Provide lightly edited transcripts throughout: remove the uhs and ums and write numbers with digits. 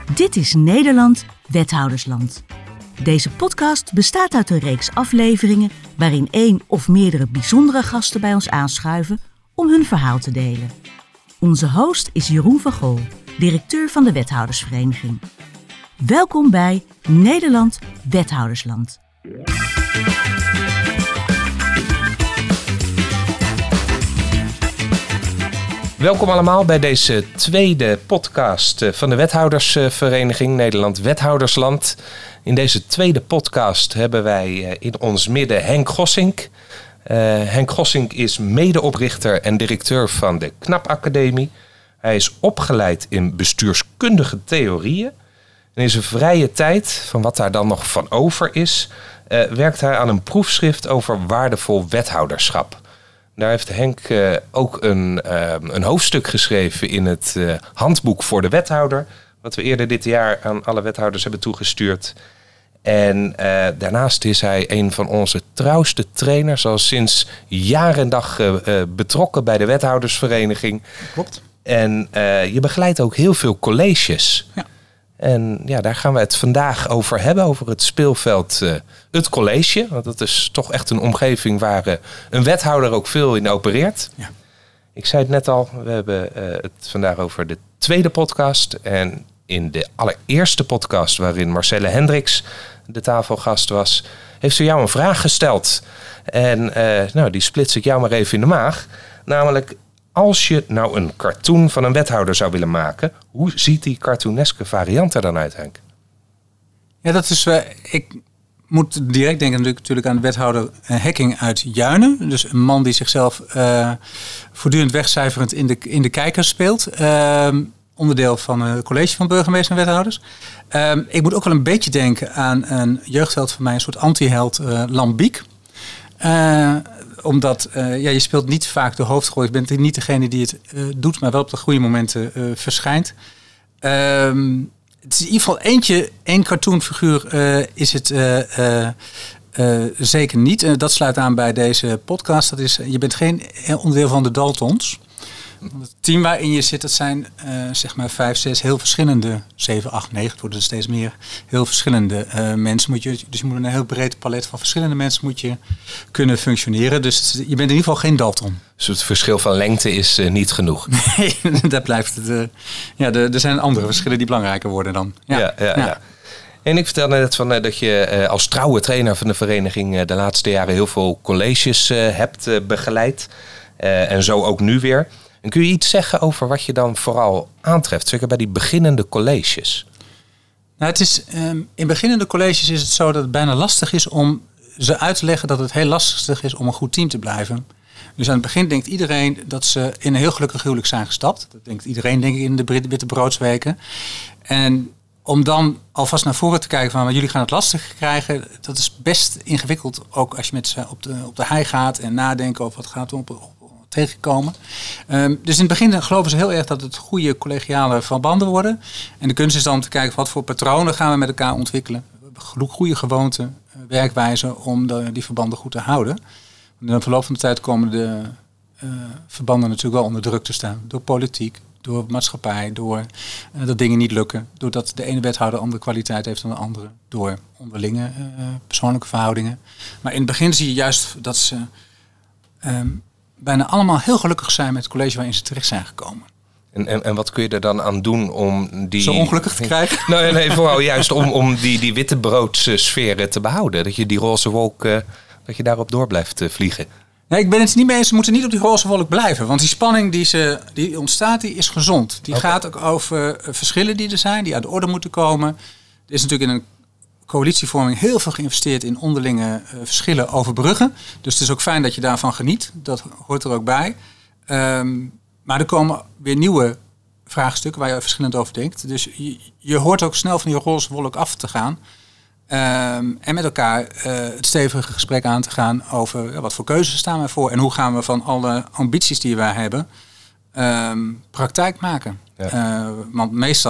Dit is Nederland, Wethoudersland. Deze podcast bestaat uit een reeks afleveringen waarin één of meerdere bijzondere gasten bij ons aanschuiven om hun verhaal te delen. Onze host is Jeroen van Gool, directeur van de Wethoudersvereniging. Welkom bij Nederland, Wethoudersland. Welkom allemaal bij deze tweede podcast van de Wethoudersvereniging Nederland Wethoudersland. In deze tweede podcast hebben wij in ons midden Henk Gossink. Henk Gossink is medeoprichter en directeur van de KNAP Academie. Hij is opgeleid in bestuurskundige theorieën. En in zijn vrije tijd, van wat daar dan nog van over is, werkt hij aan een proefschrift over waardevol wethouderschap. Daar heeft Henk ook een hoofdstuk geschreven in het handboek voor de wethouder, wat we eerder dit jaar aan alle wethouders hebben toegestuurd. En daarnaast is hij een van onze trouwste trainers, al sinds jaar en dag betrokken bij de wethoudersvereniging. Klopt. En je begeleidt ook heel veel colleges. Ja. En ja, daar gaan we het vandaag over hebben, over het speelveld Het College. Want dat is toch echt een omgeving waar een wethouder ook veel in opereert. Ja. Ik zei het net al, we hebben het vandaag over de tweede podcast. En in de allereerste podcast, waarin Marcelle Hendricks de tafelgast was, heeft ze jou een vraag gesteld. En die splits ik jou maar even in de maag. Namelijk, als je nou een cartoon van een wethouder zou willen maken, hoe ziet die cartooneske variant er dan uit, Henk? Ja, dat is. Ik moet direct denken natuurlijk aan de wethouder Hekking uit Juinen. Dus een man die zichzelf voortdurend wegcijferend in de kijker speelt. Onderdeel van het college van burgemeester en wethouders. Ik moet ook wel een beetje denken aan een jeugdheld van mij, een soort anti-held, Lambiek. Omdat je speelt niet vaak de hoofdrol. Je bent niet degene die het doet, maar wel op de goede momenten verschijnt. Het is in ieder geval één cartoonfiguur is het zeker niet. Dat sluit aan bij deze podcast. Dat is, je bent geen onderdeel van de Daltons. Het team waarin je zit, dat zijn zeg maar 5, 6 heel verschillende, 7, 8, 9, het worden er steeds meer, heel verschillende mensen. Dus je moet een heel breed palet van verschillende mensen moet je kunnen functioneren. Dus je bent in ieder geval geen Dalton. Dus het verschil van lengte is niet genoeg. Nee, daar blijft het. Er zijn andere verschillen die belangrijker worden dan. Ja. En ik vertelde net dat je als trouwe trainer van de vereniging de laatste jaren heel veel colleges hebt begeleid. En zo ook nu weer. En kun je iets zeggen over wat je dan vooral aantreft, zeker bij die beginnende colleges? Nou, het is, in beginnende colleges is het zo dat het bijna lastig is om ze uit te leggen dat het heel lastig is om een goed team te blijven. Dus aan het begin denkt iedereen dat ze in een heel gelukkig huwelijk zijn gestapt. Dat denkt iedereen, denk ik, in de witte broodsweken. En om dan alvast naar voren te kijken van, jullie gaan het lastig krijgen, dat is best ingewikkeld. Ook als je met ze op de hei gaat en nadenken over wat gaat tegenkomen. Dus in het begin geloven ze heel erg dat het goede collegiale verbanden worden. En de kunst is dan te kijken wat voor patronen gaan we met elkaar ontwikkelen. Goede gewoonten, werkwijzen om die verbanden goed te houden. In de verloop van de tijd komen de verbanden natuurlijk wel onder druk te staan. Door politiek, door maatschappij, door dat dingen niet lukken. Doordat de ene wethouder andere kwaliteit heeft dan de andere. Door onderlinge persoonlijke verhoudingen. Maar in het begin zie je juist dat ze bijna allemaal heel gelukkig zijn met het college waarin ze terecht zijn gekomen. En wat kun je er dan aan doen om die... Zo ongelukkig te krijgen? Nee, vooral juist om die wittebroodssfeer te behouden. Dat je die roze wolk, dat je daarop door blijft vliegen. Nee, ik ben het niet mee eens. Ze moeten niet op die roze wolk blijven. Want die spanning die ontstaat, die is gezond. Die gaat ook over verschillen die er zijn, die uit de orde moeten komen. Er is natuurlijk in een coalitievorming heel veel geïnvesteerd in onderlinge verschillen overbruggen. Dus het is ook fijn dat je daarvan geniet. Dat hoort er ook bij. Maar er komen weer nieuwe vraagstukken waar je verschillend over denkt. Dus je hoort ook snel van die roze wolk af te gaan. En met elkaar het stevige gesprek aan te gaan over wat voor keuzes staan wij voor. En hoe gaan we van alle ambities die wij hebben praktijk maken. Ja. Want meestal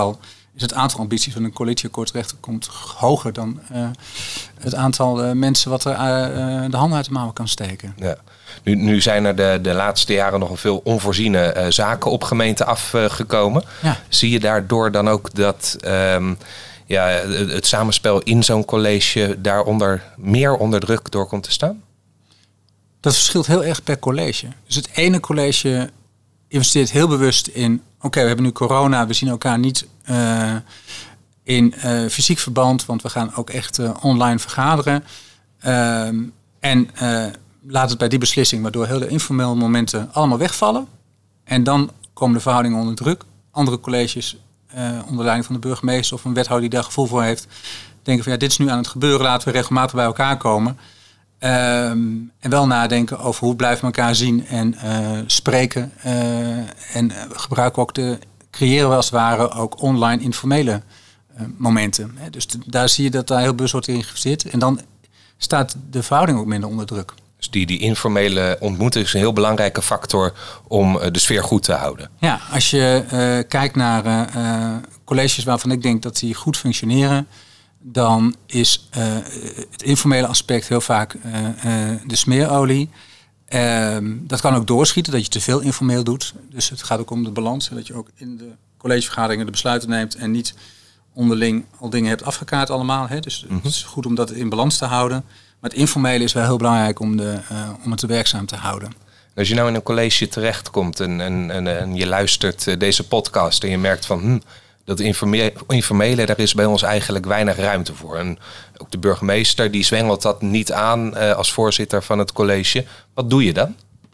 is het aantal ambities van een coalitieakkoord komt hoger dan het aantal mensen wat er de handen uit de mouwen kan steken. Ja. Nu zijn er de laatste jaren nogal veel onvoorziene zaken op gemeenten afgekomen. Ja. Zie je daardoor dan ook dat het samenspel in zo'n college daaronder meer onder druk door komt te staan? Dat verschilt heel erg per college. Dus het ene college investeert heel bewust in... Oké, we hebben nu corona, we zien elkaar niet in fysiek verband... want we gaan ook echt online vergaderen. En laat het bij die beslissing... waardoor heel de informele momenten allemaal wegvallen. En dan komen de verhoudingen onder druk. Andere colleges, onder leiding van de burgemeester... of een wethouder die daar gevoel voor heeft... denken van dit is nu aan het gebeuren... laten we regelmatig bij elkaar komen... en wel nadenken over hoe blijven we elkaar zien en spreken. En gebruiken ook creëren we als het ware ook online informele momenten. Dus daar zie je dat daar heel bewust wordt in geïnvesteerd. En dan staat de verhouding ook minder onder druk. Dus die informele ontmoeting is een heel belangrijke factor om de sfeer goed te houden. Ja, als je kijkt naar colleges waarvan ik denk dat die goed functioneren... dan is het informele aspect heel vaak de smeerolie. Dat kan ook doorschieten, dat je te veel informeel doet. Dus het gaat ook om de balans. Dat je ook in de collegevergaderingen de besluiten neemt... en niet onderling al dingen hebt afgekaart allemaal. Hè? Dus het is goed om dat in balans te houden. Maar het informele is wel heel belangrijk om het werkzaam te houden. Als je nou in een college terechtkomt en je luistert deze podcast... en je merkt van... dat informele, daar is bij ons eigenlijk weinig ruimte voor. En ook de burgemeester, die zwengelt dat niet aan als voorzitter van het college. Wat doe je dan?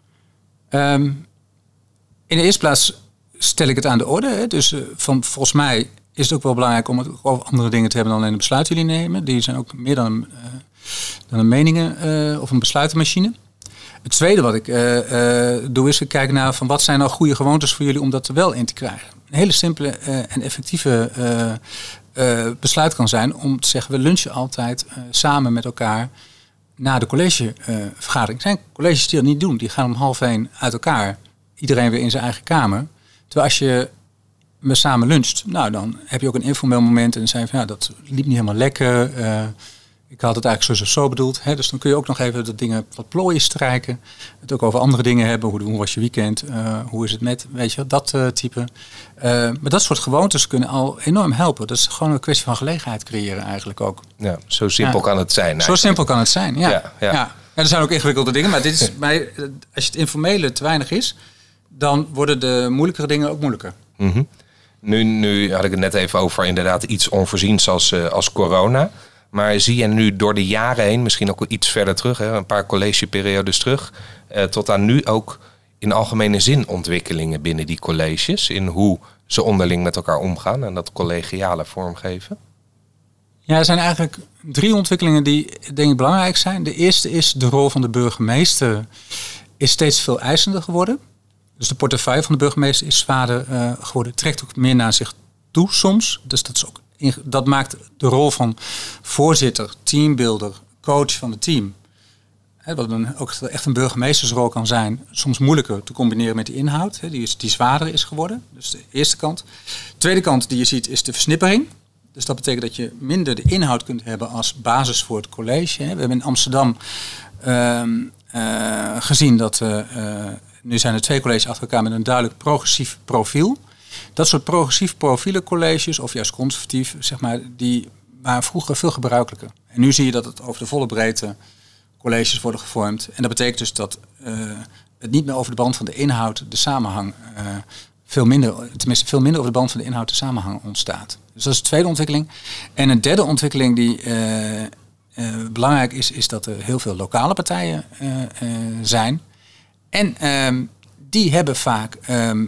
In de eerste plaats stel ik het aan de orde. Hè. Dus volgens mij is het ook wel belangrijk om het over andere dingen te hebben dan alleen de besluiten die jullie nemen. Die zijn ook meer dan een meningen of een besluitenmachine. Het tweede wat ik doe is kijken naar van wat zijn nou goede gewoontes voor jullie om dat er wel in te krijgen. Een hele simpele en effectieve besluit kan zijn om te zeggen... we lunchen altijd samen met elkaar na de collegevergadering. Er zijn colleges die dat niet doen. Die gaan om 12:30 uit elkaar. Iedereen weer in zijn eigen kamer. Terwijl als je samen luncht, nou dan heb je ook een informeel moment... en dan zei je van dat liep niet helemaal lekker... Ik had het eigenlijk zo bedoeld. Hè? Dus dan kun je ook nog even de dingen wat plooien strijken. Het ook over andere dingen hebben. Hoe was je weekend? Hoe is het met? Weet je, dat type. Maar dat soort gewoontes kunnen al enorm helpen. Dat is gewoon een kwestie van gelegenheid creëren eigenlijk ook. Ja, zo simpel kan het zijn. Eigenlijk. Zo simpel kan het zijn, ja. Er zijn ook ingewikkelde dingen. Maar dit is als je het informele te weinig is... dan worden de moeilijkere dingen ook moeilijker. Mm-hmm. Nu had ik het net even over inderdaad iets onvoorziens als corona... Maar zie je nu door de jaren heen, misschien ook iets verder terug... een paar collegeperiodes terug... tot aan nu ook in algemene zin ontwikkelingen binnen die colleges... in hoe ze onderling met elkaar omgaan en dat collegiale vormgeven? Ja, er zijn eigenlijk 3 ontwikkelingen die denk ik belangrijk zijn. De eerste is de rol van de burgemeester is steeds veel eisender geworden. Dus de portefeuille van de burgemeester is zwaarder geworden. Trekt ook meer naar zich toe soms. Dus dat maakt de rol van voorzitter, teambuilder, coach van het team... wat ook echt een burgemeestersrol kan zijn... soms moeilijker te combineren met die inhoud... die zwaarder is geworden. Dus de eerste kant. De tweede kant die je ziet is de versnippering. Dus dat betekent dat je minder de inhoud kunt hebben... als basis voor het college. We hebben in Amsterdam gezien dat... nu zijn er 2 colleges achter elkaar met een duidelijk progressief profiel... Dat soort progressief profiele colleges, of juist conservatief, zeg maar, die waren vroeger veel gebruikelijker. En nu zie je dat het over de volle breedte colleges worden gevormd. En dat betekent dus dat het niet meer over de band van de inhoud, de samenhang, veel minder over de band van de inhoud, de samenhang ontstaat. Dus dat is de tweede ontwikkeling. En een derde ontwikkeling die belangrijk is dat er heel veel lokale partijen zijn. En die hebben vaak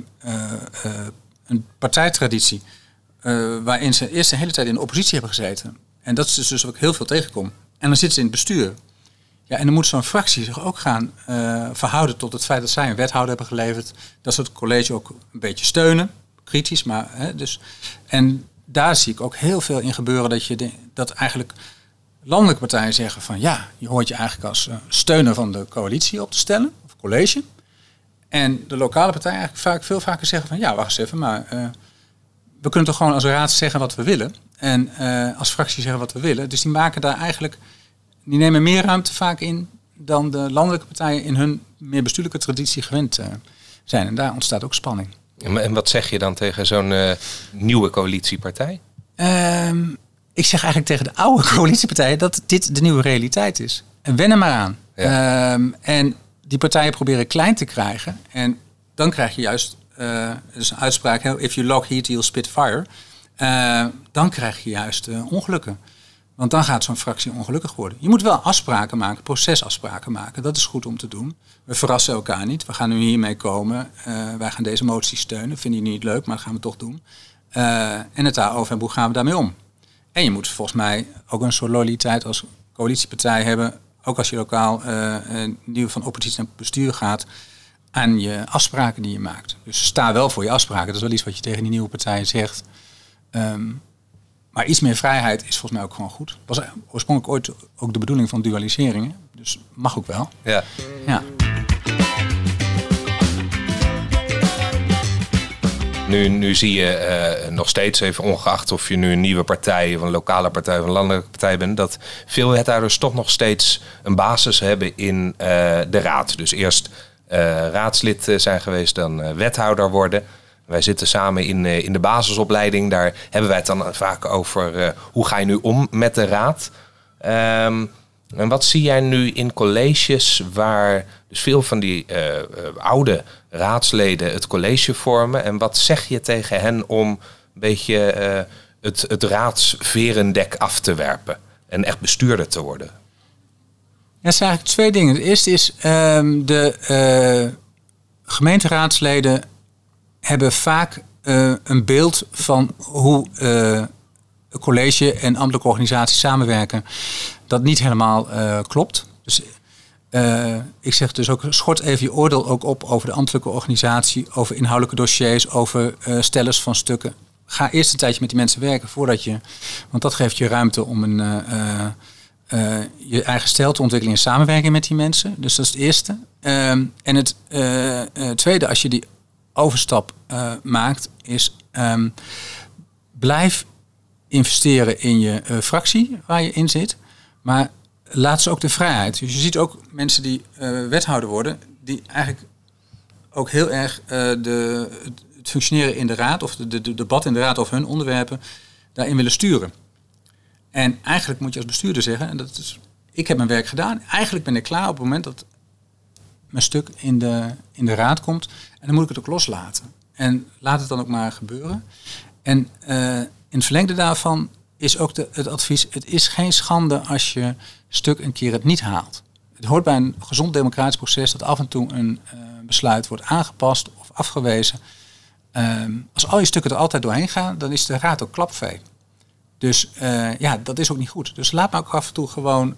een partijtraditie waarin ze eerst de hele tijd in de oppositie hebben gezeten. En dat is dus ook heel veel tegenkomt. En dan zitten ze in het bestuur. Ja, en dan moet zo'n fractie zich ook gaan verhouden tot het feit dat zij een wethouder hebben geleverd. Dat ze het college ook een beetje steunen. Kritisch, maar dus. En daar zie ik ook heel veel in gebeuren dat eigenlijk landelijke partijen zeggen van ja, je hoort je eigenlijk als steuner van de coalitie op te stellen, of college. En de lokale partijen eigenlijk veel vaker zeggen van ja, wacht eens even, maar we kunnen toch gewoon als raad zeggen wat we willen. En als fractie zeggen wat we willen. Dus die maken daar eigenlijk, die nemen meer ruimte vaak in dan de landelijke partijen in hun meer bestuurlijke traditie gewend zijn. En daar ontstaat ook spanning. En wat zeg je dan tegen zo'n nieuwe coalitiepartij? Ik zeg eigenlijk tegen de oude coalitiepartijen dat dit de nieuwe realiteit is. En wen er maar aan. Ja. En die partijen proberen klein te krijgen. En dan krijg je juist, dus een uitspraak, if you lock heat, you'll spit fire. Dan krijg je juist ongelukken. Want dan gaat zo'n fractie ongelukkig worden. Je moet wel afspraken maken, procesafspraken maken. Dat is goed om te doen. We verrassen elkaar niet. We gaan nu hiermee komen. Wij gaan deze motie steunen. Vinden jullie niet leuk, maar dat gaan we toch doen. En het daarover hebben, hoe gaan we daarmee om? En je moet volgens mij ook een soort loyaliteit als coalitiepartij hebben. Ook als je lokaal nieuw van oppositie naar bestuur gaat. Aan je afspraken die je maakt. Dus sta wel voor je afspraken. Dat is wel iets wat je tegen die nieuwe partijen zegt. Maar iets meer vrijheid is volgens mij ook gewoon goed. Was oorspronkelijk ooit ook de bedoeling van dualiseringen. Dus mag ook wel. Ja. Nu zie je nog steeds, even ongeacht of je nu een nieuwe partij, of een lokale partij of een landelijke partij bent, dat veel wethouders toch nog steeds een basis hebben in de raad. Dus eerst raadslid zijn geweest, dan wethouder worden. Wij zitten samen in de basisopleiding. Daar hebben wij het dan vaak over hoe ga je nu om met de raad. En wat zie jij nu in colleges waar dus veel van die oude raadsleden het college vormen? En wat zeg je tegen hen om een beetje het raadsverendek af te werpen en echt bestuurder te worden? Ja, dat zijn eigenlijk twee dingen. Het eerste is de gemeenteraadsleden hebben vaak een beeld van hoe een college en ambtelijke organisaties samenwerken. Dat niet helemaal klopt. Dus ik zeg dus ook, schort even je oordeel ook op over de ambtelijke organisatie, over inhoudelijke dossiers, over stellers van stukken. Ga eerst een tijdje met die mensen werken voordat je, want dat geeft je ruimte om je eigen stijl te ontwikkelen in samenwerking met die mensen. Dus dat is het eerste. En het tweede, als je die overstap maakt, is blijf investeren in je fractie waar je in zit. Maar laat ze ook de vrijheid. Dus je ziet ook mensen die wethouder worden, die eigenlijk ook heel erg het functioneren in de raad of de debat in de raad over hun onderwerpen daarin willen sturen. En eigenlijk moet je als bestuurder zeggen, en dat is, ik heb mijn werk gedaan. Eigenlijk ben ik klaar op het moment dat mijn stuk in de raad komt. En dan moet ik het ook loslaten. En laat het dan ook maar gebeuren. En in het verlengde daarvan is ook het advies, het is geen schande als je stuk een keer het niet haalt. Het hoort bij een gezond democratisch proces dat af en toe een besluit wordt aangepast of afgewezen. Als al je stukken er altijd doorheen gaan, dan is de raad ook klapvee. Dus dat is ook niet goed. Dus laat me ook af en toe gewoon.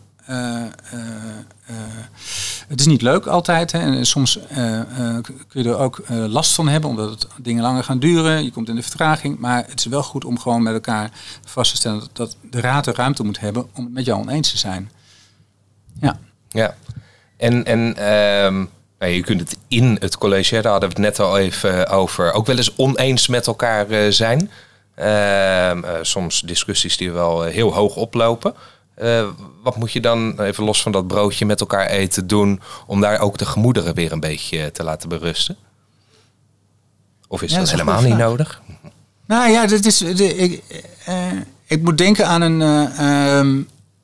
Het is niet leuk altijd. Hè. En soms kun je er ook last van hebben, omdat dingen langer gaan duren. Je komt in de vertraging. Maar het is wel goed om gewoon met elkaar vast te stellen dat de raad de ruimte moet hebben om het met jou oneens te zijn. Ja. En je kunt het in het college, daar hadden we het net al even over, ook wel eens oneens met elkaar zijn. Soms discussies die wel heel hoog oplopen. Wat moet je dan, even los van dat broodje met elkaar eten, doen om daar ook de gemoederen weer een beetje te laten berusten? Of is dat helemaal niet nodig? Nou ja, dat is, ik moet denken aan een...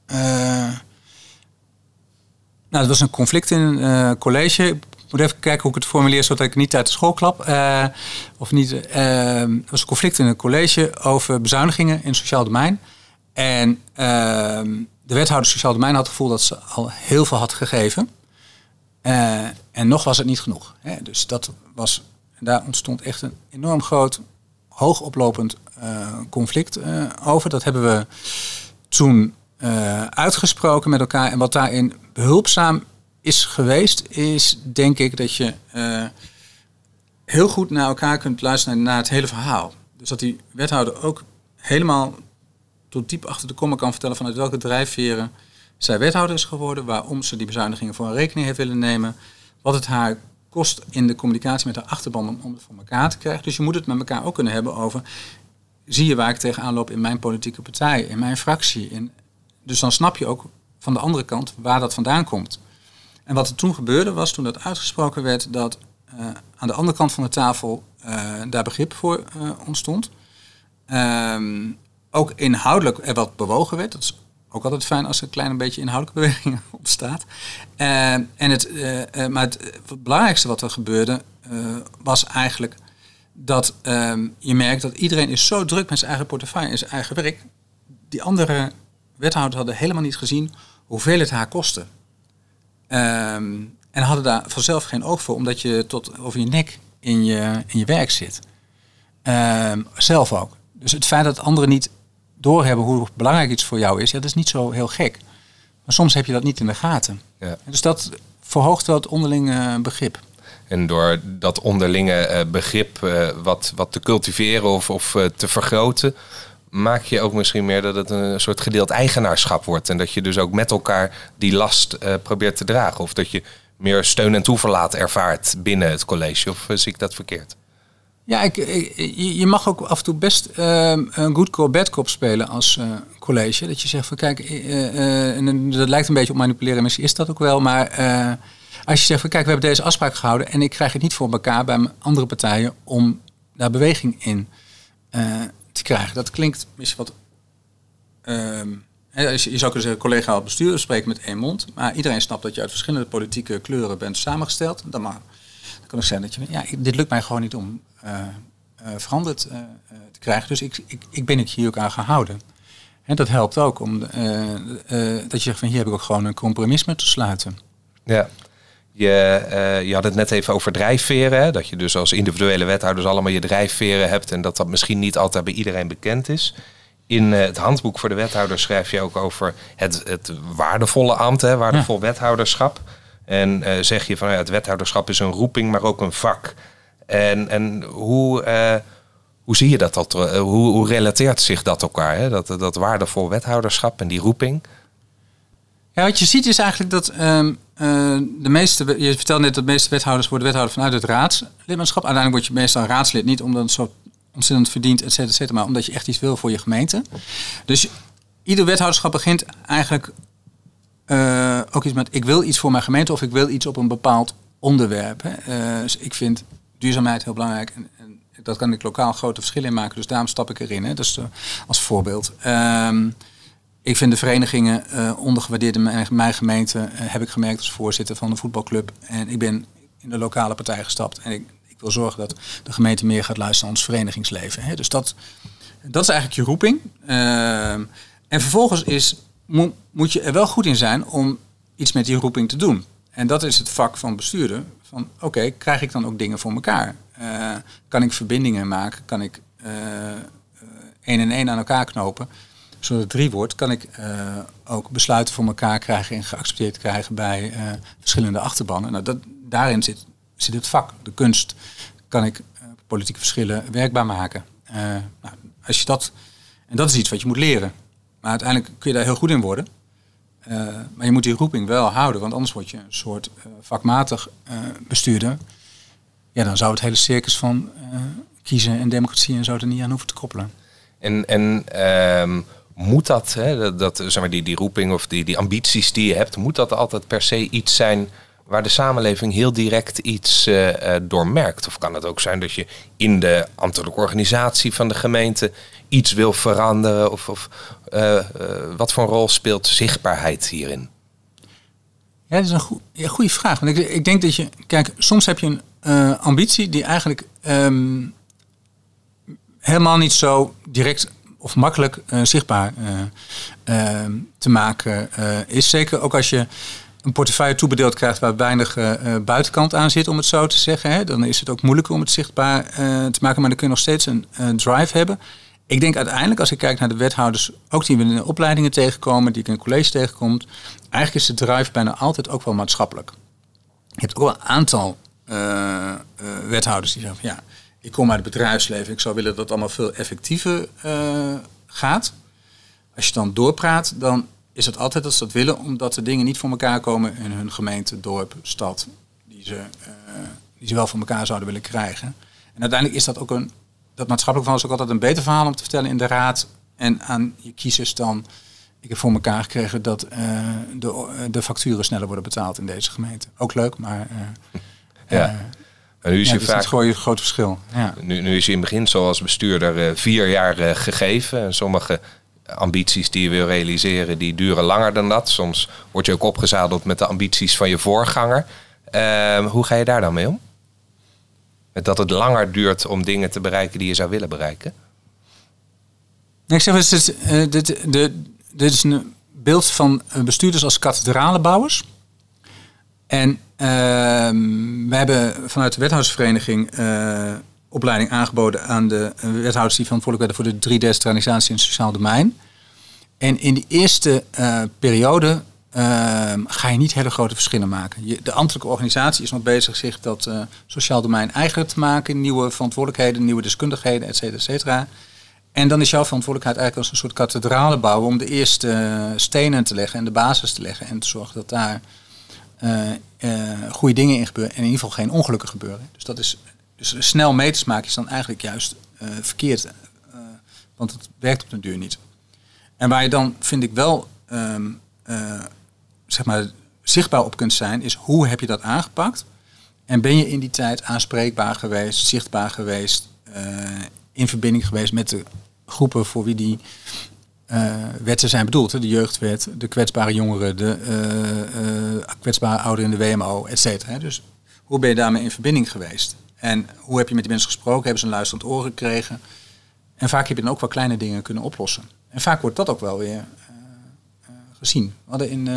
het was een conflict in een college. Ik moet even kijken hoe ik het formuleer, zodat ik niet uit de school klap. Er was een conflict in een college over bezuinigingen in het sociaal domein. En de wethouder sociaal domein had het gevoel dat ze al heel veel had gegeven. En nog was het niet genoeg. Hè? Dus daar ontstond echt een enorm groot, hoogoplopend conflict over. Dat hebben we toen uitgesproken met elkaar. En wat daarin behulpzaam is geweest, is denk ik dat je heel goed naar elkaar kunt luisteren naar het hele verhaal. Dus dat die wethouder ook helemaal tot diep achter de komma kan vertellen vanuit welke drijfveren zij wethouder is geworden, waarom ze die bezuinigingen voor een rekening heeft willen nemen, wat het haar kost in de communicatie met haar achterban om het voor elkaar te krijgen. Dus je moet het met elkaar ook kunnen hebben over, zie je waar ik tegenaan loop in mijn politieke partij, in mijn fractie. Dus dan snap je ook van de andere kant waar dat vandaan komt. En wat er toen gebeurde was, toen dat uitgesproken werd, dat aan de andere kant van de tafel daar begrip voor ontstond. Ook inhoudelijk er wat bewogen werd. Dat is ook altijd fijn als er een klein beetje inhoudelijke beweging ontstaat. Maar het belangrijkste wat er gebeurde was eigenlijk dat je merkt dat iedereen is zo druk met zijn eigen portefeuille en zijn eigen werk. Die andere wethouders hadden helemaal niet gezien hoeveel het haar kostte. En hadden daar vanzelf geen oog voor, omdat je tot over je nek in je werk zit. Zelf ook. Dus het feit dat anderen niet doorhebben hoe belangrijk iets voor jou is, dat is niet zo heel gek. Maar soms heb je dat niet in de gaten. Ja. Dus dat verhoogt wel het onderlinge begrip. En door dat onderlinge begrip wat te cultiveren of te vergroten, maak je ook misschien meer dat het een soort gedeeld eigenaarschap wordt. En dat je dus ook met elkaar die last probeert te dragen. Of dat je meer steun en toeverlaat ervaart binnen het college. Of zie ik dat verkeerd? Ja, je mag ook af en toe best een good cop, bad cop spelen als college. Dat je zegt van kijk, en dat lijkt een beetje op manipuleren. Misschien is dat ook wel. Maar als je zegt van kijk, we hebben deze afspraak gehouden en ik krijg het niet voor elkaar bij mijn andere partijen om daar beweging in te krijgen. Dat klinkt misschien wat... je zou kunnen zeggen, collegaal bestuur spreken met één mond. Maar iedereen snapt dat je uit verschillende politieke kleuren bent samengesteld. Dan kan ik zeggen dat je... dit lukt mij gewoon niet om veranderd te krijgen. Dus ik ben hier ook aan gehouden. En dat helpt ook om dat je zegt van hier heb ik ook gewoon een compromis mee te sluiten. Ja. Je had het net even over drijfveren. Hè? Dat je dus als individuele wethouders allemaal je drijfveren hebt. En dat misschien niet altijd bij iedereen bekend is. In het handboek voor de wethouders schrijf je ook over het waardevolle ambt. Hè? Waardevol wethouderschap. En zeg je van het wethouderschap is een roeping, maar ook een vak. En hoe zie je dat? Hoe relateert zich dat elkaar? Hè? Dat waardevol wethouderschap en die roeping? Ja, wat je ziet is eigenlijk dat de meeste... Je vertelde net dat de meeste wethouders worden wethouder vanuit het raadslidmaatschap. Uiteindelijk word je meestal raadslid niet omdat het zo ontzettend verdient, et cetera, maar omdat je echt iets wil voor je gemeente. Dus ieder wethouderschap begint eigenlijk ook iets met ik wil iets voor mijn gemeente of ik wil iets op een bepaald onderwerp. Hè. Dus ik vind duurzaamheid heel belangrijk en dat kan ik lokaal grote verschillen in maken. Dus daarom stap ik erin. Hè. Dus als voorbeeld. Ik vind de verenigingen ondergewaardeerd in mijn gemeente. Heb ik gemerkt als voorzitter van de voetbalclub. En ik ben in de lokale partij gestapt. En ik wil zorgen dat de gemeente meer gaat luisteren naar ons verenigingsleven. Hè. Dus dat is eigenlijk je roeping. En vervolgens moet je er wel goed in zijn om iets met die roeping te doen. En dat is het vak van bestuurder. Van oké, krijg ik dan ook dingen voor elkaar? Kan ik verbindingen maken? Kan ik 1 en 1 aan elkaar knopen? Zodat het 3 wordt, kan ik ook besluiten voor elkaar krijgen en geaccepteerd krijgen bij verschillende achterbannen. Nou, daarin zit het vak, de kunst. Kan ik politieke verschillen werkbaar maken? Als je en dat is iets wat je moet leren. Maar uiteindelijk kun je daar heel goed in worden. Maar je moet die roeping wel houden, want anders word je een soort vakmatig bestuurder. Ja, dan zou het hele circus van kiezen en democratie en zo er niet aan hoeven te koppelen. En moet dat, zeg maar die roeping of die ambities die je hebt, moet dat altijd per se iets zijn waar de samenleving heel direct iets door merkt? Of kan het ook zijn dat je in de ambtelijke organisatie van de gemeente iets wil veranderen? Of wat voor een rol speelt zichtbaarheid hierin? Ja, dat is een goede vraag. Want ik denk dat kijk, soms heb je een ambitie die eigenlijk helemaal niet zo direct of makkelijk zichtbaar te maken is. Zeker ook als je een portefeuille toebedeeld krijgt waar weinig buitenkant aan zit, om het zo te zeggen. Hè, dan is het ook moeilijker om het zichtbaar te maken, maar dan kun je nog steeds een drive hebben. Ik denk uiteindelijk, als ik kijk naar de wethouders, ook die we in de opleidingen tegenkomen, die ik in een college tegenkomt, eigenlijk is de drive bijna altijd ook wel maatschappelijk. Je hebt ook wel een aantal wethouders die zeggen van ja, ik kom uit het bedrijfsleven, ik zou willen dat het allemaal veel effectiever gaat. Als je dan doorpraat, dan is het altijd dat ze dat willen, omdat de dingen niet voor elkaar komen in hun gemeente, dorp, stad, die ze wel voor elkaar zouden willen krijgen. En uiteindelijk is dat ook een dat maatschappelijk verhaal is ook altijd een beter verhaal om te vertellen in de raad en aan je kiezers dan. Ik heb voor elkaar gekregen dat de facturen sneller worden betaald in deze gemeente. Ook leuk, maar En nu is je dat vaak is gewoon een groot verschil. Ja. Nu is je in het begin zoals bestuurder 4 jaar gegeven. En sommige ambities die je wil realiseren, die duren langer dan dat. Soms word je ook opgezadeld met de ambities van je voorganger. Hoe ga je daar dan mee om? Met dat het langer duurt om dingen te bereiken die je zou willen bereiken? Ik zeg, dit is een beeld van bestuurders als kathedralenbouwers. En we hebben vanuit de wethoudersvereniging opleiding aangeboden aan de wethouders die verantwoordelijk werden voor de 3 decentralisatie in het sociaal domein. En in die eerste periode ga je niet hele grote verschillen maken. De ambtelijke organisatie is nog bezig zich dat sociaal domein eigen te maken. Nieuwe verantwoordelijkheden, nieuwe deskundigheden, et cetera, et cetera. En dan is jouw verantwoordelijkheid eigenlijk als een soort kathedrale bouwen om de eerste stenen te leggen en de basis te leggen. En te zorgen dat daar goede dingen in gebeuren en in ieder geval geen ongelukken gebeuren. Dus dat is snel meters maken is dan eigenlijk juist verkeerd. Want het werkt op de duur niet. En waar je dan, vind ik wel, zeg maar zichtbaar op kunt zijn, is hoe heb je dat aangepakt? En ben je in die tijd aanspreekbaar geweest, zichtbaar geweest, in verbinding geweest met de groepen voor wie die wetten zijn bedoeld. Hè? De jeugdwet, de kwetsbare jongeren, de kwetsbare ouderen in de WMO, et cetera. Dus hoe ben je daarmee in verbinding geweest? En hoe heb je met die mensen gesproken? Hebben ze een luisterend oor gekregen? En vaak heb je dan ook wel kleine dingen kunnen oplossen. En vaak wordt dat ook wel weer gezien. We hadden in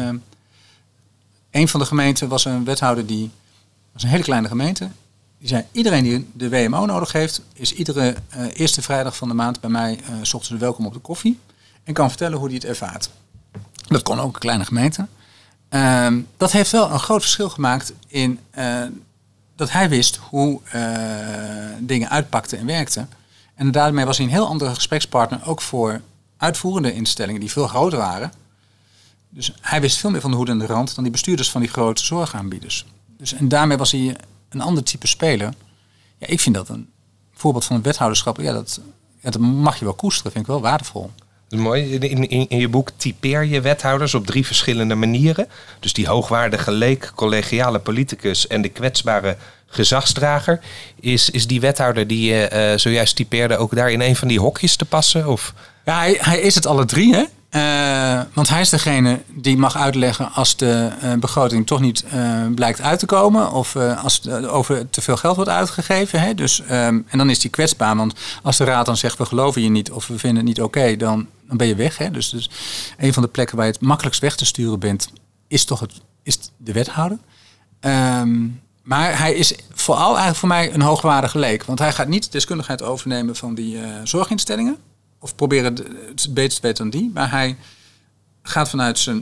een van de gemeenten was een wethouder die was een hele kleine gemeente. Die zei, iedereen die de WMO nodig heeft, is iedere eerste vrijdag van de maand bij mij 's ochtends welkom op de koffie. En kan vertellen hoe hij het ervaart. Dat kon ook een kleine gemeente. Dat heeft wel een groot verschil gemaakt in dat hij wist hoe dingen uitpakten en werkten. En daarmee was hij een heel andere gesprekspartner, ook voor uitvoerende instellingen die veel groter waren. Dus hij wist veel meer van de hoed en de rand dan die bestuurders van die grote zorgaanbieders. Dus, en daarmee was hij een ander type speler. Ja, ik vind dat een voorbeeld van een wethouderschap. Ja, dat mag je wel koesteren, vind ik wel waardevol. Dat is mooi. In je boek typeer je wethouders op 3 verschillende manieren. Dus die hoogwaardige leek, collegiale politicus en de kwetsbare gezagsdrager. Is die wethouder die je zojuist typeerde ook daar in een van die hokjes te passen? Of? Ja, hij is het alle 3, hè? Want hij is degene die mag uitleggen als de begroting toch niet blijkt uit te komen. Of als over te veel geld wordt uitgegeven. Hè? Dus, en dan is die kwetsbaar. Want als de raad dan zegt we geloven je niet of we vinden het niet oké, dan ben je weg. Hè? Dus een van de plekken waar je het makkelijkst weg te sturen bent, is toch de wethouder. Maar hij is vooral eigenlijk voor mij een hoogwaardige leek. Want hij gaat niet de deskundigheid overnemen van die zorginstellingen. Of proberen het beter te weten dan die. Maar hij gaat vanuit zijn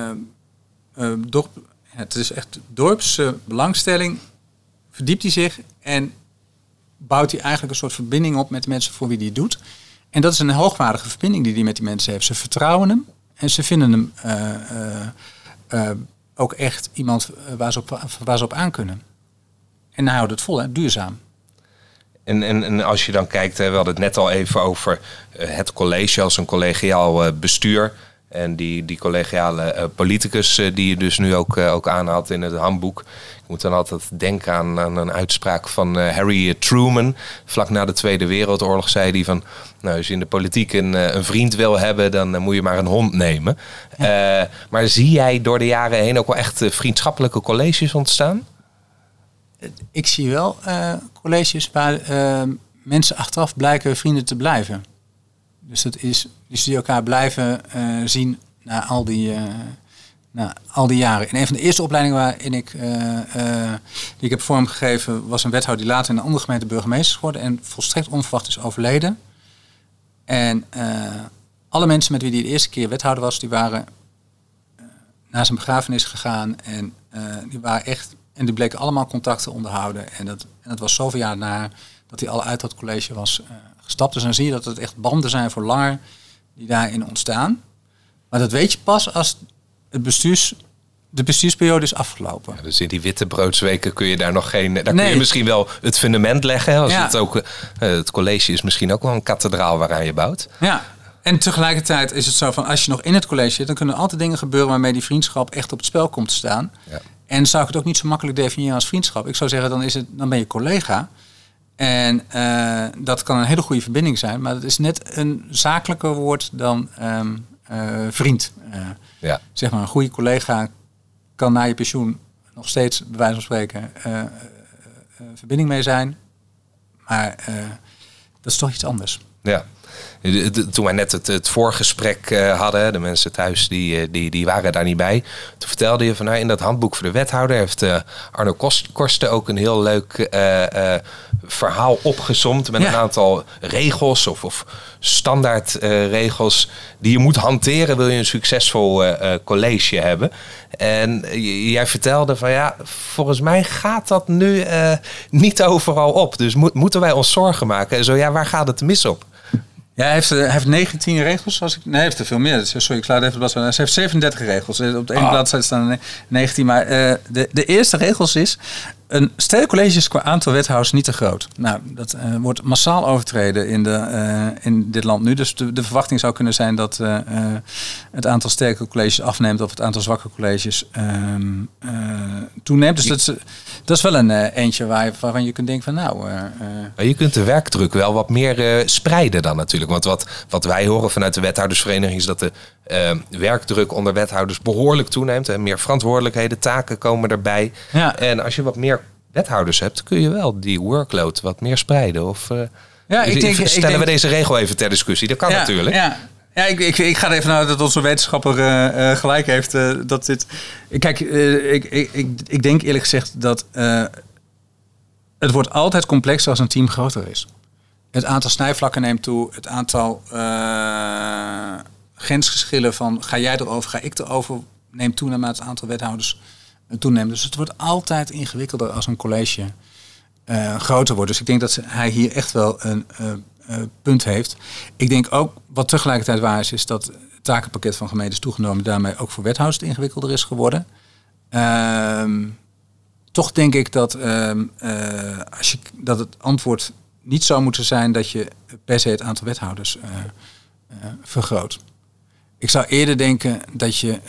dorp. Het is echt dorpsbelangstelling. Verdiept hij zich. En bouwt hij eigenlijk een soort verbinding op met de mensen voor wie hij het doet. En dat is een hoogwaardige verbinding die hij met die mensen heeft. Ze vertrouwen hem. En ze vinden hem ook echt iemand waar ze op aan kunnen. En hij houdt het vol, hè? Duurzaam. En als je dan kijkt, we hadden het net al even over het college als een collegiaal bestuur. En die collegiale politicus die je dus nu ook aanhaalt in het handboek. Ik moet dan altijd denken aan een uitspraak van Harry Truman. Vlak na de Tweede Wereldoorlog zei hij van, nou, als je in de politiek een vriend wil hebben, dan moet je maar een hond nemen. Ja. Maar zie jij door de jaren heen ook wel echt vriendschappelijke colleges ontstaan? Ik zie wel colleges waar mensen achteraf blijken vrienden te blijven. Dus dat is dus die elkaar blijven zien na al die jaren. In een van de eerste opleidingen waarin die ik heb vormgegeven, was een wethouder die later in een andere gemeente burgemeester is geworden en volstrekt onverwacht is overleden. En alle mensen met wie hij de eerste keer wethouder was, die waren naar zijn begrafenis gegaan en die waren echt. En die bleken allemaal contacten onderhouden. En dat was zoveel jaar na dat hij al uit dat college was gestapt. Dus dan zie je dat het echt banden zijn voor langer die daarin ontstaan. Maar dat weet je pas als het bestuurs De bestuursperiode is afgelopen. Ja, dus in die wittebroodsweken kun je daar nog geen... Daar kun je misschien wel het fundament leggen. Als het ook, het college is misschien ook wel een kathedraal waaraan je bouwt. Ja, en tegelijkertijd is het zo van... als je nog in het college zit... dan kunnen er altijd dingen gebeuren... waarmee die vriendschap echt op het spel komt te staan. Ja. En zou ik het ook niet zo makkelijk definiëren als vriendschap. Ik zou zeggen, dan ben je collega. En dat kan een hele goede verbinding zijn. Maar het is net een zakelijker woord dan vriend. Zeg maar, een goede collega kan na je pensioen nog steeds, bij wijze van spreken, verbinding mee zijn. Maar dat is toch iets anders. Ja. Toen wij net het voorgesprek hadden, de mensen thuis die waren daar niet bij. Toen vertelde je van in dat handboek voor de wethouder heeft Arno Korsten ook een heel leuk verhaal opgesomd met een aantal regels of standaard regels die je moet hanteren, wil je een succesvol college hebben. En jij vertelde van volgens mij gaat dat nu niet overal op. Dus moeten wij ons zorgen maken? En zo waar gaat het mis op? Ja, hij heeft 19 regels. Nee, hij heeft er veel meer. Sorry, ik sla het even de bladzijde. Hij heeft 37 regels. Op de ene bladzijde staan er 19. Maar de eerste regels is... een stedencollege is qua aantal wethouders niet te groot. Nou, dat wordt massaal overtreden in dit land nu. Dus de verwachting zou kunnen zijn dat het aantal sterke colleges afneemt... of het aantal zwakke colleges toeneemt. Dus dat is wel een eentje waarvan je kunt denken van je kunt de werkdruk wel wat meer spreiden dan natuurlijk. Want wat wij horen vanuit de wethoudersvereniging... is dat de werkdruk onder wethouders behoorlijk toeneemt. En meer verantwoordelijkheden, taken komen erbij. Ja. En als je wat meer wethouders hebt, kun je wel die workload wat meer spreiden. Of stellen we deze regel even ter discussie? Dat kan natuurlijk. Ja, ik ga er even naar dat onze wetenschapper gelijk heeft. Dat dit. Kijk, ik denk eerlijk gezegd dat het wordt altijd complexer als een team groter is. Het aantal snijvlakken neemt toe. Het aantal grensgeschillen van ga jij erover, ga ik erover, neemt toe naarmate het aantal wethouders toeneemt. Dus het wordt altijd ingewikkelder als een college groter wordt. Dus ik denk dat hij hier echt wel een punt heeft. Ik denk ook, wat tegelijkertijd waar is dat het takenpakket van gemeentes toegenomen, daarmee ook voor wethouders het ingewikkelder is geworden. Toch denk ik dat, dat het antwoord niet zou moeten zijn dat je per se het aantal wethouders vergroot. Ik zou eerder denken dat je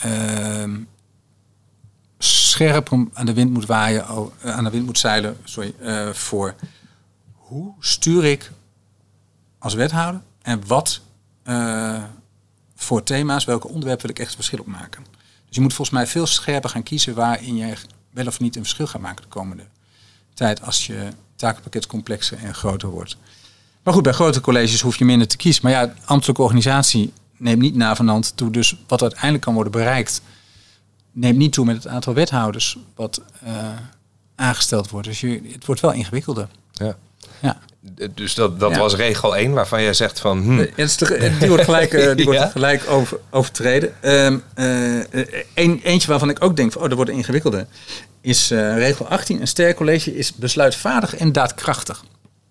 scherp aan de wind moet waaien, aan de wind moet zeilen, voor hoe stuur ik als wethouder en wat voor thema's, welke onderwerpen wil ik echt verschil op maken. Dus je moet volgens mij veel scherper gaan kiezen waarin je wel of niet een verschil gaat maken de komende tijd als je takenpakket complexer en groter wordt. Maar goed, bij grote colleges hoef je minder te kiezen. Maar ja, ambtelijke organisatie neemt niet navenant toe. Dus wat uiteindelijk kan worden bereikt, neemt niet toe met het aantal wethouders wat aangesteld wordt. Dus het wordt wel ingewikkelder. Ja. Dus dat was regel 1 waarvan jij zegt van... Die wordt gelijk overtreden. Eentje waarvan ik ook denk van, dat wordt ingewikkelder. Is regel 18. Een sterk college is besluitvaardig en daadkrachtig.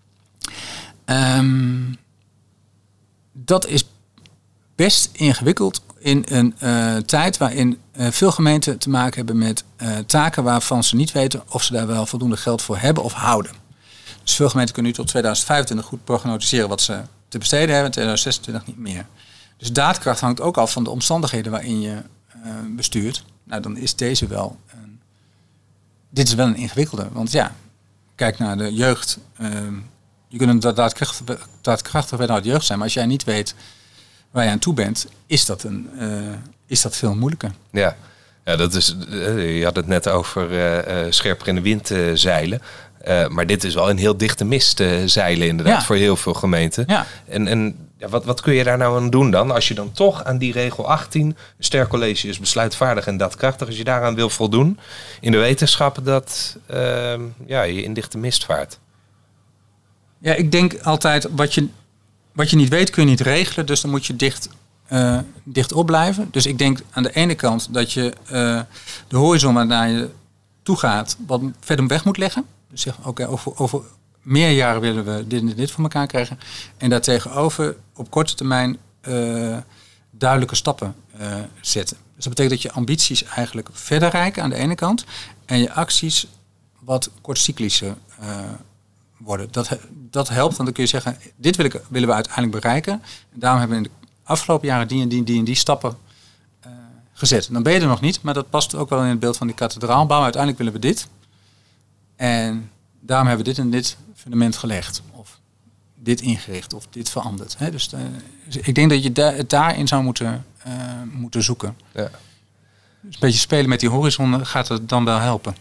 Dat is best ingewikkeld in een tijd waarin veel gemeenten te maken hebben met taken waarvan ze niet weten of ze daar wel voldoende geld voor hebben of houden. Dus veel gemeenten kunnen nu tot 2025 goed prognosticeren wat ze te besteden hebben, en 2026 niet meer. Dus daadkracht hangt ook af van de omstandigheden waarin je bestuurt. Nou, dan is deze wel dit is wel een ingewikkelde. Want kijk naar de jeugd. Je kunt een daadkrachtig wethouder jeugd zijn, maar als jij niet weet waar je aan toe bent, is dat veel moeilijker. Ja, dat is. Je had het net over scherper in de wind zeilen. Maar dit is wel een heel dichte mist zeilen inderdaad voor heel veel gemeenten. Ja. En wat kun je daar nou aan doen dan? Als je dan toch aan die regel 18, een sterk college is besluitvaardig en daadkrachtig, als je daaraan wil voldoen in de wetenschap dat je in dichte mist vaart. Ja, ik denk altijd wat je niet weet kun je niet regelen, dus dan moet je dicht op blijven. Dus ik denk aan de ene kant dat je de horizon waarnaar je toe gaat wat verder weg moet leggen. Dus zeg, oké, over meer jaren willen we dit voor elkaar krijgen. En daartegenover op korte termijn duidelijke stappen zetten. Dus dat betekent dat je ambities eigenlijk verder reiken aan de ene kant en je acties wat kortcyclischer worden. Dat helpt, want dan kun je zeggen, dit willen we uiteindelijk bereiken. En daarom hebben we in de afgelopen jaren die stappen gezet. Dan ben je er nog niet, maar dat past ook wel in het beeld van die kathedraalbouw. Uiteindelijk willen we dit. En daarom hebben we dit en dit fundament gelegd. Of dit ingericht, of dit veranderd. Hè? Dus ik denk dat je het daarin zou moeten zoeken. Ja. Dus een beetje spelen met die horizon gaat het dan wel helpen.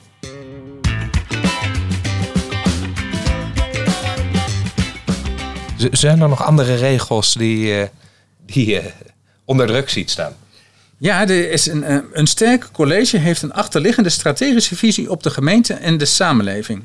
Zijn er nog andere regels die je onder druk ziet staan? Ja, er is een sterk college heeft een achterliggende strategische visie op de gemeente en de samenleving.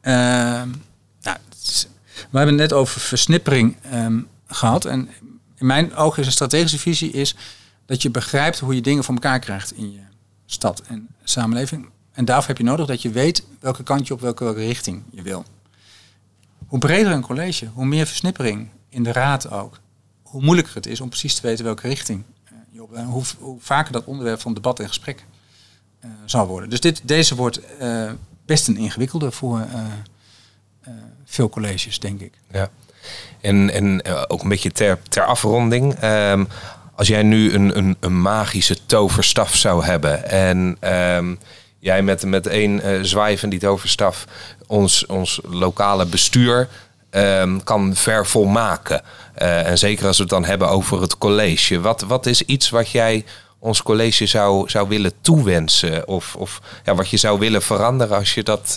We hebben het net over versnippering gehad. En in mijn ogen is een strategische visie is dat je begrijpt hoe je dingen voor elkaar krijgt in je stad en samenleving. En daarvoor heb je nodig dat je weet welke kant je op welke richting je wil. Hoe breder een college, hoe meer versnippering in de raad ook. Hoe moeilijker het is om precies te weten welke richting je op. En hoe vaker dat onderwerp van debat en gesprek zal worden. Dus deze wordt best een ingewikkelde voor veel colleges, denk ik. Ja. En ook een beetje ter afronding. Als jij nu een magische toverstaf zou hebben en jij met één zwaai van die toverstaf ons lokale bestuur kan vervolmaken. En zeker als we het dan hebben over het college. Wat is iets wat jij ons college zou willen toewensen? Of wat je zou willen veranderen als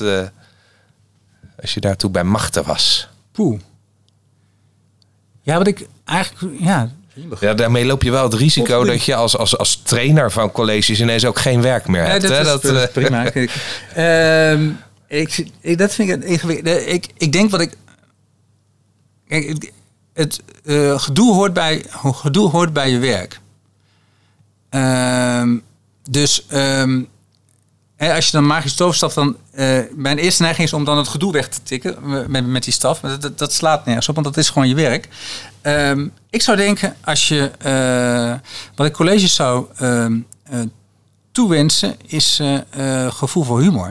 je daartoe bij machten was? Poeh. Ja, wat ik eigenlijk... Ja, daarmee loop je wel het risico dat je als trainer van colleges ineens ook geen werk meer hebt. Dat is prima. Dat vind ik ingewikkeld. Ik denk wat ik... Kijk, het gedoe hoort bij je werk. Als je dan magisch toverstaf, dan mijn eerste neiging is om dan het gedoe weg te tikken met die staf. Maar dat slaat nergens op, want dat is gewoon je werk. Ik zou denken, wat ik colleges zou toewensen, is gevoel voor humor.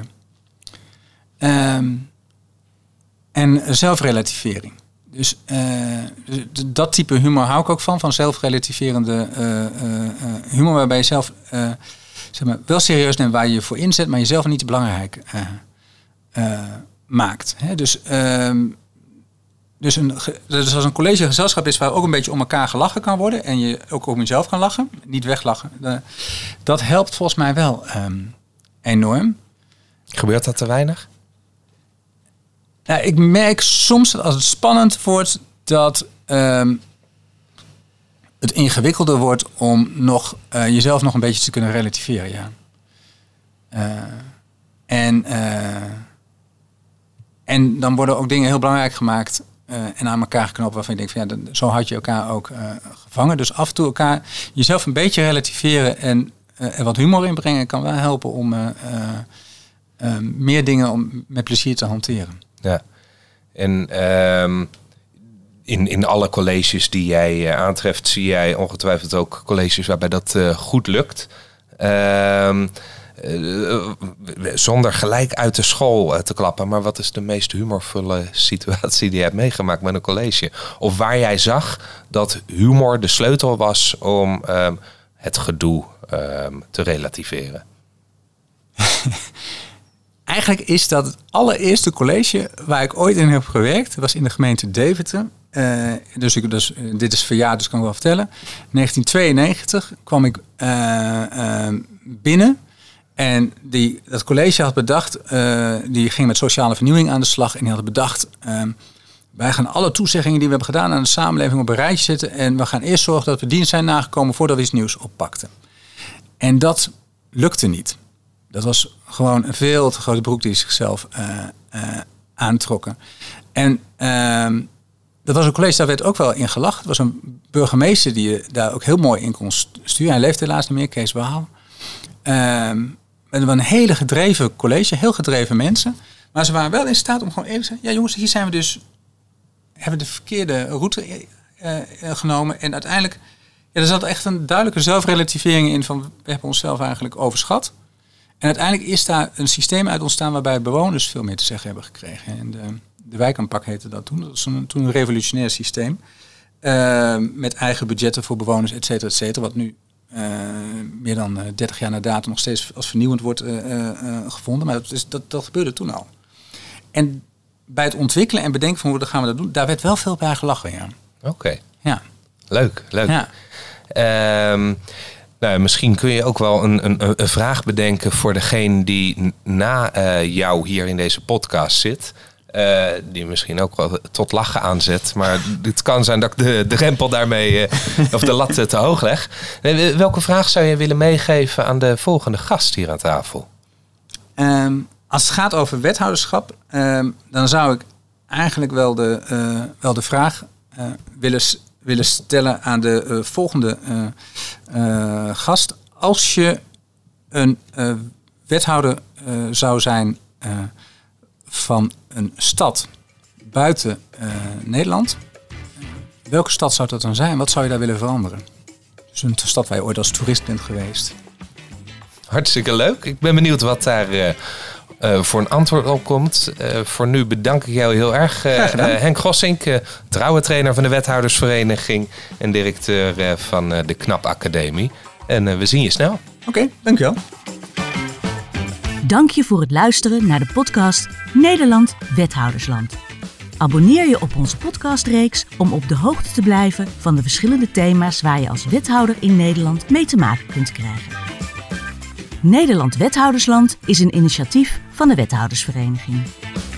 En zelfrelativering. Dus dat type humor hou ik ook van zelfrelativerende humor, waarbij je zelf wel serieus neemt waar je je voor inzet, maar jezelf niet te belangrijk maakt. Hè? Dus als een collegegezelschap is waar ook een beetje om elkaar gelachen kan worden en je ook om jezelf kan lachen, niet weglachen, dat helpt volgens mij wel enorm. Gebeurt dat te weinig? Nou, ik merk soms dat als het spannend wordt dat het ingewikkelder wordt om jezelf nog een beetje te kunnen relativeren. Ja. En dan worden ook dingen heel belangrijk gemaakt en aan elkaar geknopt waarvan je denkt van zo had je elkaar ook gevangen. Dus af en toe jezelf een beetje relativeren en er wat humor in brengen kan wel helpen om meer dingen met plezier te hanteren. Ja, en in alle colleges die jij aantreft, zie jij ongetwijfeld ook colleges waarbij dat goed lukt. Zonder gelijk uit de school te klappen. Maar wat is de meest humorvolle situatie die je hebt meegemaakt met een college? Of waar jij zag dat humor de sleutel was om het gedoe te relativeren? Eigenlijk is dat het allereerste college waar ik ooit in heb gewerkt. Dat was in de gemeente Deventer. Dit is verjaard, dus kan ik wel vertellen. 1992 kwam ik binnen. En dat college had bedacht, die ging met sociale vernieuwing aan de slag. En die hadden bedacht, wij gaan alle toezeggingen die we hebben gedaan aan de samenleving op een rijtje zetten. En we gaan eerst zorgen dat we dienst zijn nagekomen voordat we iets nieuws oppakten. En dat lukte niet. Dat was gewoon een veel te grote broek die zichzelf aantrokken. En dat was een college, daar werd ook wel in gelachen. Het was een burgemeester die je daar ook heel mooi in kon sturen. Hij leeft helaas niet meer, Kees Waal. Het was een hele gedreven college, heel gedreven mensen. Maar ze waren wel in staat om gewoon even te zeggen, ja jongens, hier zijn we hebben de verkeerde route genomen. En uiteindelijk Ja, er zat echt een duidelijke zelfrelativering in van we hebben onszelf eigenlijk overschat. En uiteindelijk is daar een systeem uit ontstaan waarbij bewoners veel meer te zeggen hebben gekregen. En de wijkaanpak heette dat toen. Dat was toen een revolutionair systeem. Met eigen budgetten voor bewoners, et cetera, wat nu meer dan 30 jaar na datum nog steeds als vernieuwend wordt gevonden. Maar dat gebeurde toen al. En bij het ontwikkelen en bedenken van hoe gaan we dat doen, daar werd wel veel bij gelachen. Ja. Oké. Ja. Leuk. Ja. Nou, misschien kun je ook wel een vraag bedenken voor degene die na jou hier in deze podcast zit. Die misschien ook wel tot lachen aanzet. Maar het kan zijn dat ik de rempel daarmee of de lat te hoog leg. Welke vraag zou je willen meegeven aan de volgende gast hier aan tafel? Als het gaat over wethouderschap, dan zou ik eigenlijk wel de vraag willen stellen aan de volgende gast. Als je een wethouder zou zijn van een stad buiten Nederland, welke stad zou dat dan zijn? Wat zou je daar willen veranderen? Dus een stad waar je ooit als toerist bent geweest. Hartstikke leuk. Ik ben benieuwd wat daar voor een antwoord op komt. Voor nu bedank ik jou heel erg. Henk Gossink, trouwe trainer van de Wethoudersvereniging en directeur van de KNAP Academie. En we zien je snel. Oké, dankjewel. Dank je voor het luisteren naar de podcast Nederland Wethoudersland. Abonneer je op onze podcastreeks om op de hoogte te blijven van de verschillende thema's waar je als wethouder in Nederland mee te maken kunt krijgen. Nederland Wethoudersland is een initiatief van de Wethoudersvereniging.